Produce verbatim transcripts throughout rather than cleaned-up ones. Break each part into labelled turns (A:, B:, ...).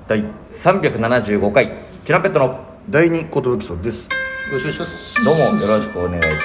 A: だいさんびゃくななじゅうごかいチュランペットの
B: だいにことぶきそうです。よろしくお願いします。
A: どうもよろしくお願いいたします。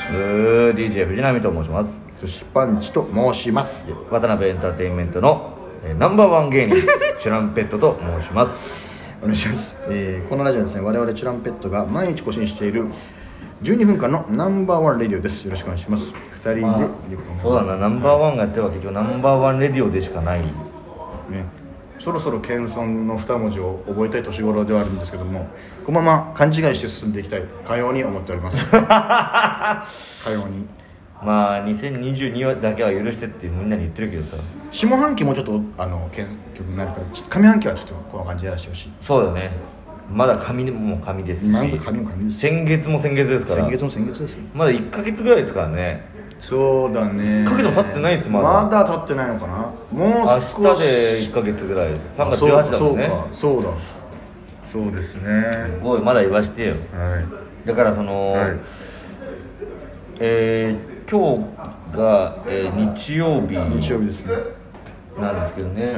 A: ディージェー 藤波と申します。
B: 女子パンチと申します。
A: 渡辺エンターテインメントのえーナンバーワン芸人チュランペットと申します。
B: お願いします。えー、このラジオはですね、我々チュランペットが毎日更新しているじゅうにふんかんのナンバーワンレディオです。よろしくお願いします。ふたりで、まあ、
A: そうだな、ナンバーワンがやってるわけ結局ナンバーワンレディオでしかないね。
B: そろそろ謙遜のに文字を覚えたい年頃ではあるんですけども、このまま勘違いして進んでいきたいかように思っておりますかように
A: まあにせんにじゅうにだけは許してってみんなに言ってるけどさ、
B: 下半期もうちょっとあの謙虚になるから上半期はちょっとこの感じでやらせてほしい。
A: そうだね、まだ紙でも紙ですし、
B: 今のと紙も紙です。
A: 先月も先月ですから、
B: 先月も先月ですよ。
A: まだいっかげつぐらいですからね。
B: そうだね、
A: いっかげつも経ってないです。まだ
B: まだ経ってないのかな。もう少し
A: 明日でいっかげつぐらいです。さんがつじゅうはちだもんね。
B: そうか、そうだそうですね。
A: すごい、まだ言わしてよ。
B: はい、
A: だからその、はい、えー、今日が、えー、日曜日
B: 日曜日ですね
A: なんですけどね、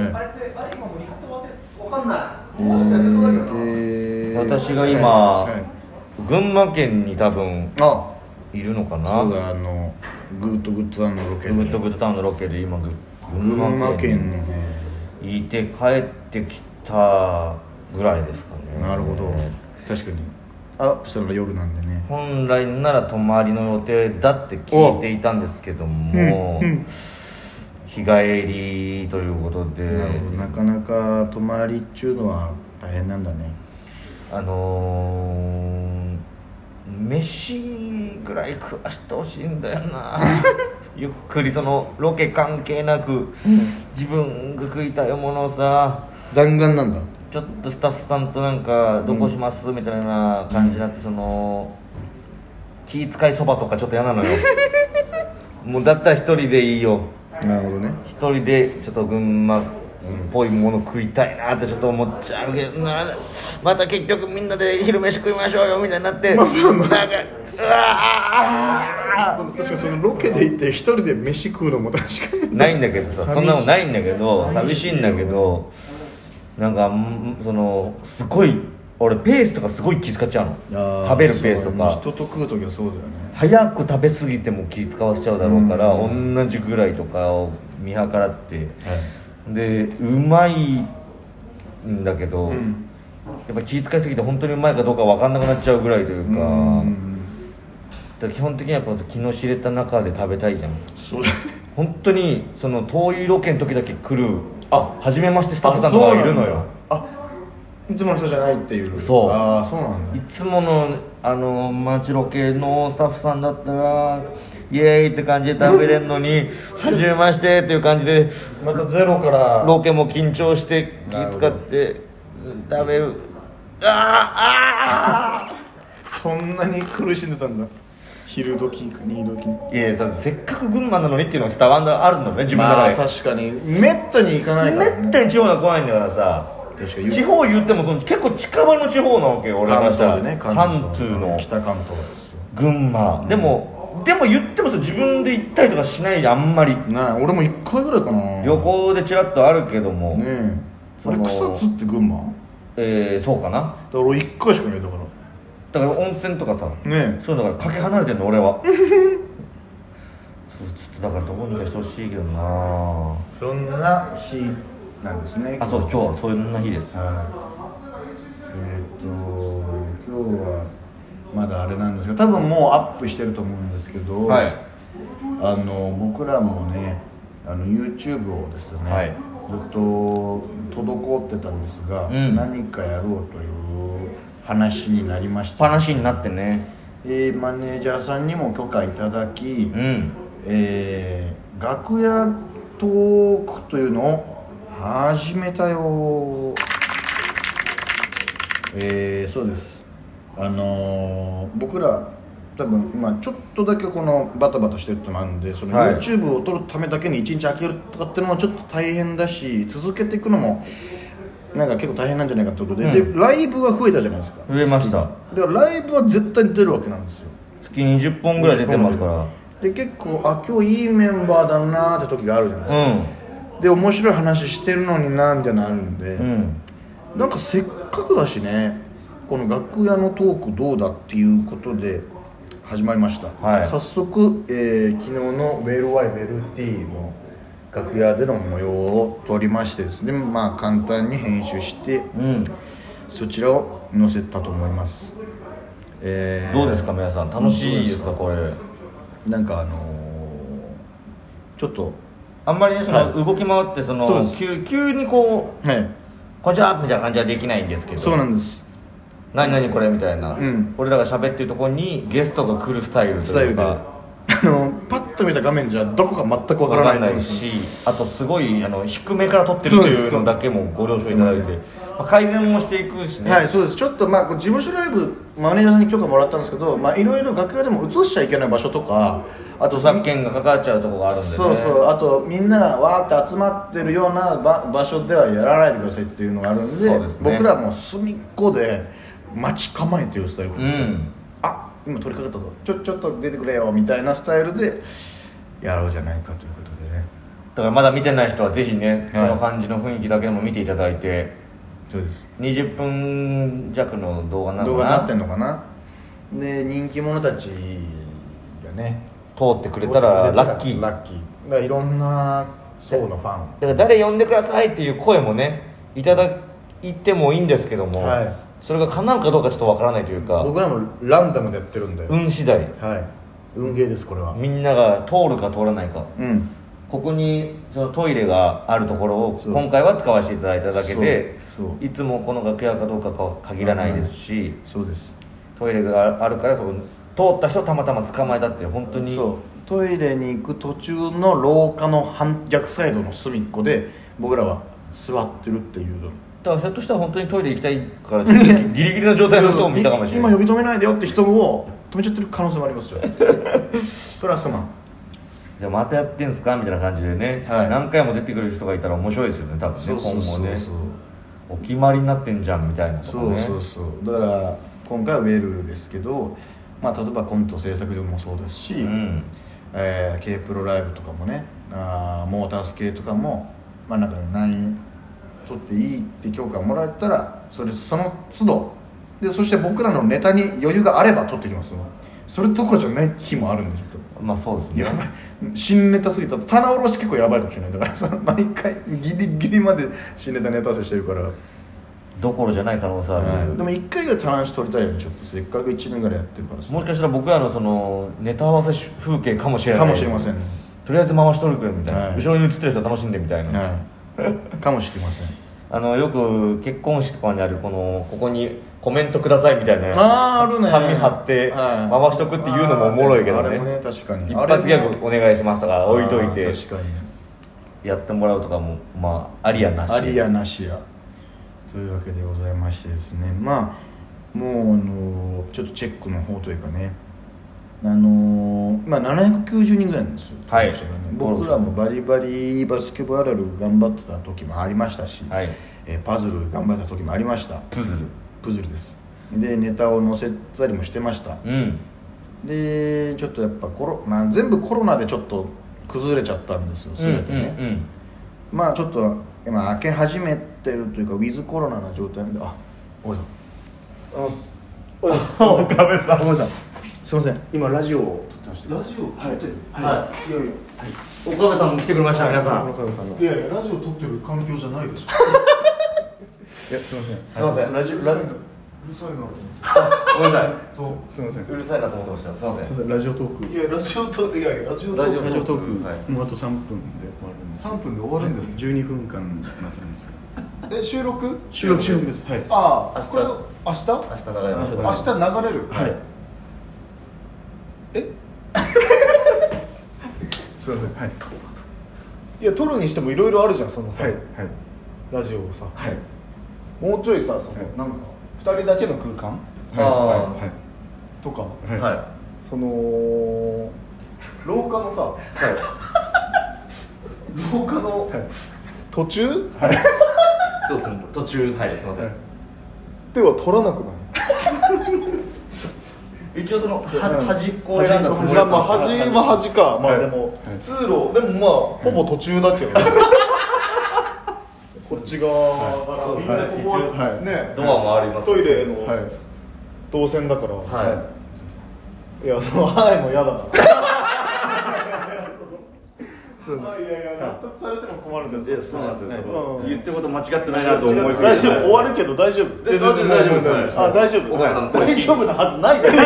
B: はい、
A: 私が今、
B: はいはい、
A: 群馬県に多分
B: あ
A: いるのかな。
B: そうだ、あのグッドグッドタウンのロケで
A: グッドグッドタウンのロケで今
B: 群馬県に
A: いて帰ってきたぐらいですかね。
B: なるほど、確かにアップしたのが夜なんでね。
A: 本来なら泊まりの予定だって聞いていたんですけども、うんうん、日帰りということで、
B: なるほど、なかなか泊まりっちゅうのは大変なんだね。
A: あのー、飯ぐらい食わしてほしいんだよなゆっくりそのロケ関係なく、うん、自分が食いたいものをさ、
B: 弾丸なんだ。
A: ちょっとスタッフさんとなんかどこします、うん、みたいな感じになって、その気遣いそばとかちょっと嫌なのよもうだったら一人でいいよ。
B: なるほどね。一
A: 人でちょっと群馬っぽいもの食いたいなってちょっと思っちゃうけどな。また結局みんなで昼飯食いましょうよみたいになって、まあまあまあ、なんかうわ
B: 確かにそのロケで行って一人で飯食うのも確かに
A: ないんだけどさ、そんなのないんだけど、寂しいんだけど、なんかそのすごい俺ペースとかすごい気遣っちゃうの。食べるペースとか、
B: 人と食う時はそうだよね。
A: 早く食べ過ぎても気使わせちゃうだろうから、うん、同じぐらいとかを見計らって、はい、でうまいんだけど、うん、やっぱ気遣いすぎて本当にうまいかどうか分かんなくなっちゃうぐらいというか、うん、だから基本的にはやっぱ気の知れた中で食べたいじゃん。
B: そうだね。
A: 本当にその遠いロケの時だけ来る、あ、初めましてスタッフさんとかいるのよ。
B: あ、いつもの人じゃないっていう。
A: そう、
B: あ、そうなんだ。
A: いつものあの街ロケのスタッフさんだったらイエーイって感じで食べれるのに初めましてっていう感じで
B: またゼロから
A: ロケも緊張して気使って食べる。あーあ
B: ーそんなに苦しんでたんだ。昼時に時。
A: いや、せっかく群馬なのにっていうのが伝わんあるんだね、自分の中で。
B: まあ確かにめったに行かないからね。
A: めったに地方が来ないんだからさ。地方言ってもその結構近場の地方なわけよ、俺からしたら。
B: ね、
A: 関東の
B: 北関東ですよ、
A: 群馬、うん、でもでも言ってもさ、自分で行ったりとかしないじゃん、あんまり。
B: なあ、俺もいっかいぐらいかな、
A: 旅行でちらっとあるけどもね。
B: え、あれ草津って群馬？
A: えー、そうかな。だ
B: から俺いっかいしかないだから
A: だから温泉とかさ、
B: ね、
A: そういうのからかけ離れてんの俺はそう、ちょっとだからどこにかしてほしいけどな。
B: そんな日なんですね。
A: あ、そう、今日はそんな日です。
B: はい、えー、っと今日はまだあれなんですけど、多分もうアップしてると思うんですけど、はい、あの僕らもね、あの YouTube をですね、はい、ずっと滞ってたんですが、うん、何かやろうという話になりました。
A: 話になってね、
B: えー、マネージャーさんにも許可いただき、うん、えー、楽屋トークというのを始めたよ。えー、そうです。あのー、僕ら多分今ちょっとだけこのバタバタしてるってのもあるんで、その YouTube を撮るためだけにいちにち空けるとかっていうのもちょっと大変だし、続けていくのもなんか結構大変なんじゃないかってことで、うん、でライブが増えたじゃないですか。
A: 増えました。
B: だからライブは絶対に出るわけなんですよ。
A: 月にじゅっぽんぐらい出てますから。
B: で結構あ、今日いいメンバーだなーって時があるじゃないですか、うん、で面白い話してるのになみたいなのあるんで、うん、 なんかせっかくだしね、この楽屋のトークどうだっていうことで始まりました、はい、早速、えー、昨日のウェルワイウェルティーの楽屋での模様を撮りましてですね、まあ簡単に編集して、うん、そちらを載せたと思います、
A: えー、どうですか皆さん、楽しいですかこれ。
B: なんかあのー、ちょっと
A: あんまりねその、はい、動き回ってそのそ急, 急にこう、はい、こんにちはみたいな感じはできないんですけど、
B: そうなんです。
A: 何々これみたいな、うん、俺らが喋ってるところにゲストが来るスタイルというか、スタイルで
B: あのパッと見た画面じゃどこか全くわからない
A: し、あとすごいあの低めから撮ってるというのだけもご了承いただいて、まあ、改善もしていくしね。
B: はい、そうです。ちょっとまあ事務所ライブマネージャーさんに許可もらったんですけど、まあいろいろ楽屋でも映しちゃいけない場所とか、
A: あと著作権がかかっちゃうところがあるんでね。
B: そうそう、あとみんながわーって集まってるような場所ではやらないでくださいっていうのがあるん で, で、ね、僕らも隅っこで待ち構えてるスタイル、うん、あ今取り掛かったぞ、ちょちょっと出てくれよみたいなスタイルでやろうじゃないかということでね。
A: だからまだ見てない人はぜひね、はい、その感じの雰囲気だけでも見ていただいて。
B: そうです。
A: にじゅっぷん弱の動画なのかな、
B: 動画になってんのかな。で人気者たちがね
A: 通ってくれたらラッキー。
B: ラッキーだからいろんな層のファン、だ
A: から誰呼んでくださいっていう声もねいただいてもいいんですけども、はい、それが叶うかどうかちょっとわからないというか、
B: 僕らもランダムでやってるんで
A: 運次第、
B: はい、運ゲーです。これは
A: みんなが通るか通らないか、うん、ここにそのトイレがあるところを今回は使わせていただいただけで、いつもこの楽屋かどうかかは限らないですし、はい、
B: そうです。
A: トイレがあるからその通った人をたまたま捕まえたっていう、本当に
B: そう、トイレに行く途中の廊下の反逆サイドの隅っこで僕らは座ってるっていう。
A: だからひょっとしたら本当にトイレ行きたいからギリギリの状態の人を見たかもしれない。
B: 今呼び止めないでよって人を止めちゃってる可能性もありますよそれはすまん。
A: じゃあまたやってんすかみたいな感じでね、はい、何回も出てくる人がいたら面白いですよね多分ね。そうそうそうそう、今後ねお決まりになってんじゃんみたいなとかね。
B: そうそうそう、だから今回はウェルですけど、まあ、例えばコント制作所もそうですし、うん、えー、K プロライブとかもね、あーモータース系とかも、まあ、なんか何撮っていいって許可もらえたらそれその都度で、そして僕らのネタに余裕があれば撮ってきます。それどころじゃない日もあるんで、ちょっと
A: まあそうですね、
B: やばい新ネタすぎたと棚卸し結構やばいかもしれない。だからその毎回ギリギリまで新ネタネタ合わせしてるから
A: どころじゃない可能性ある、
B: はい、でもいっかいぐらい棚卸し撮りたいよね。ちょっとせっかくいちねんぐらいやってるから、
A: もしかしたら僕らのそのネタ合わせ風景かもしれない、
B: かもしれません、ね、
A: とりあえず回しとるくれみたいな、はい、後ろに映ってる人楽しんでみたいな、はい、
B: かもしれません
A: あのよく結婚式とかにあるこのここにコメントくださいみたいな
B: ああるね、
A: 紙貼って回しとくっていうのもおもろいけど ね, あれもね
B: 確かに
A: 一発ギャグお願いしますとか置いといて
B: 確かに
A: やってもらうとかもまあありやなし
B: ありやなしやというわけでございましてですね、まあもうあのちょっとチェックの方というかね、あのまあななひゃくきゅうじゅうにんぐらいなんですよ、はい、僕らもバリバリバスケ部あるある頑張ってた時もありましたし、はい、えー、パズル頑張った時もありました。
A: プズル
B: プズルです。でネタを載せたりもしてました、うん、でちょっとやっぱコロ、まあ、全部コロナでちょっと崩れちゃったんですよ全てね、うんうんうん、まあちょっと今開け始めてるというかウィズコロナな状態で、あ、おじさんおじさん
A: 岡部さん
B: 岡部さんすいません、今ラジオを撮ってました。
C: ラジオ撮ってる、
A: はい、はい、いやいや、はい、岡部さんも来てくれました、はい、皆さん。岡部さん
C: いやいやラジオ撮ってる環境じゃないでしょ
B: いやすいません
A: すいません、
B: ラジオラ
C: うるさいなと思って。
A: ごめんなさい。
B: すみません。
A: うるさいなと思ってました。すみません。
B: ラジオトーク。
C: いやラジオトークいやいやラジオトーク。
B: ラジオトーク、はい、もうあとさんぷんで終わるんです。
C: さんぷんで終わるんです。
B: じゅうにふんかんのやつなんですけど。
C: え収録？
B: 収録収録です。はい。
C: ああこれ明日？
A: 明日流れます。
C: 明日流れる。
B: はい。
C: え？
B: すみません。はい。
C: いや撮るにしてもいろいろあるじゃんそのさ、
B: はいはい、
C: ラジオをさ、
B: はい、
C: もうちょいさその、はい、なんかふたりだけの空間、
B: はいはいはい、
C: とか、
B: はい、
C: その廊下のさ、はい、廊下の、はい、途中、
A: はい、そうですね途中はいすみません、はい、
C: では撮らなくない
A: 一応その端っこを選んだつもり
C: まあまあ端は端か、まあでも通路でもまあほぼ途中だけど、こっ内側からみんなここはね
A: ドアもあります。
C: トイレの動線だから、はい、いやそのはいも嫌だな。いやいや納得されても困るんですよ。そうなんですよ。
A: 言ってること間違ってないなと思います。
C: 大丈夫、終わるけど大丈夫。
A: 大丈夫大丈夫です。
C: あ、大丈夫。大丈夫なはずないです。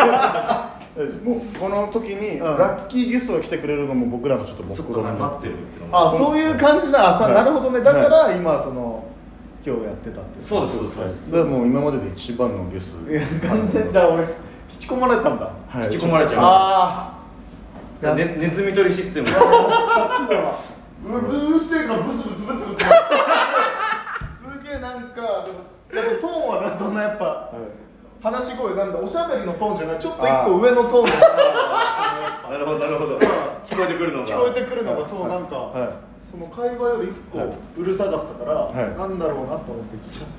B: もうこの時にラッキーゲストが来てくれるのも僕らのちょっと目標になってるっていうのも。
C: あ、そういう感じな朝、なるほどね。だから今その今日やってたって。
A: そうですそうです。
B: だからもう今までで一番のゲスト。
C: いや完全じゃあ俺引き込まれたんだ。
A: 引き込まれちゃう。ああ。ネズミ捕りシステム。うる
C: せえからブスブツブツブツ。すげえなんかやっぱトーンはなそんなやっぱ話し声なんだおしゃべりのトーンじゃないちょっと一個上のトーン。
A: なるほどなるほど。聞こえてくるのが。
C: 聞こえてくるのがそうなんかその会話より一個うるさかったからなんだろうなと思って来ちゃった。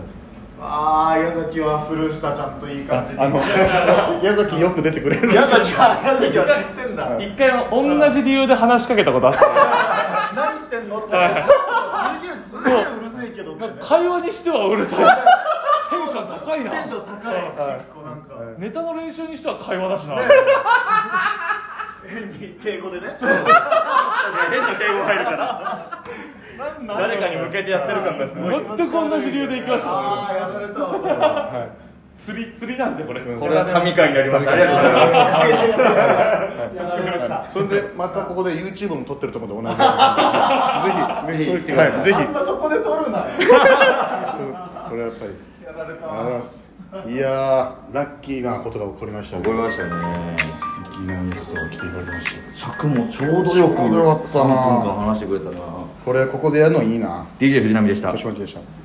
C: ああ矢崎はスルーしたちゃんといい感じで。
B: 矢崎よく出てくれる。
C: 矢崎は矢崎は知ってんだ。
D: 一回同じ理由で話しかけたことあって。
C: 何してんのって。すげえすげえうるせえけど。
D: 会話にしてはうるさい。テンション高いな。
C: テンション高い。結構なんか。
D: ネタの練習にしては会話だしな。
C: 変に敬語でね。
A: 変な敬語入るから。誰かに向けてやってる感がすごい。
D: 全く同じ理由で行きました。
C: ああやられたわ。
D: 釣り釣りなんでこれ。
A: これは神回になりました。ありがとうございます。
C: やられました。
B: それでまたここで YouTube も撮ってるところで同じ。ぜひぜひぜひ。
C: あんまそこで撮るな。
B: これはやっぱり。
C: やられた。
B: ありがとうございます。いやーラッキーなことが起こりましたね。
A: 起こりましたね。
B: 素敵なゲストが来ていただきました。
A: 尺もちょうどよく
B: ちょうどよかったな。
A: さんぷんかん話してくれたな。
B: これここでやるのいいな。
A: ディージェー 藤波でした。
B: 年待ちでした。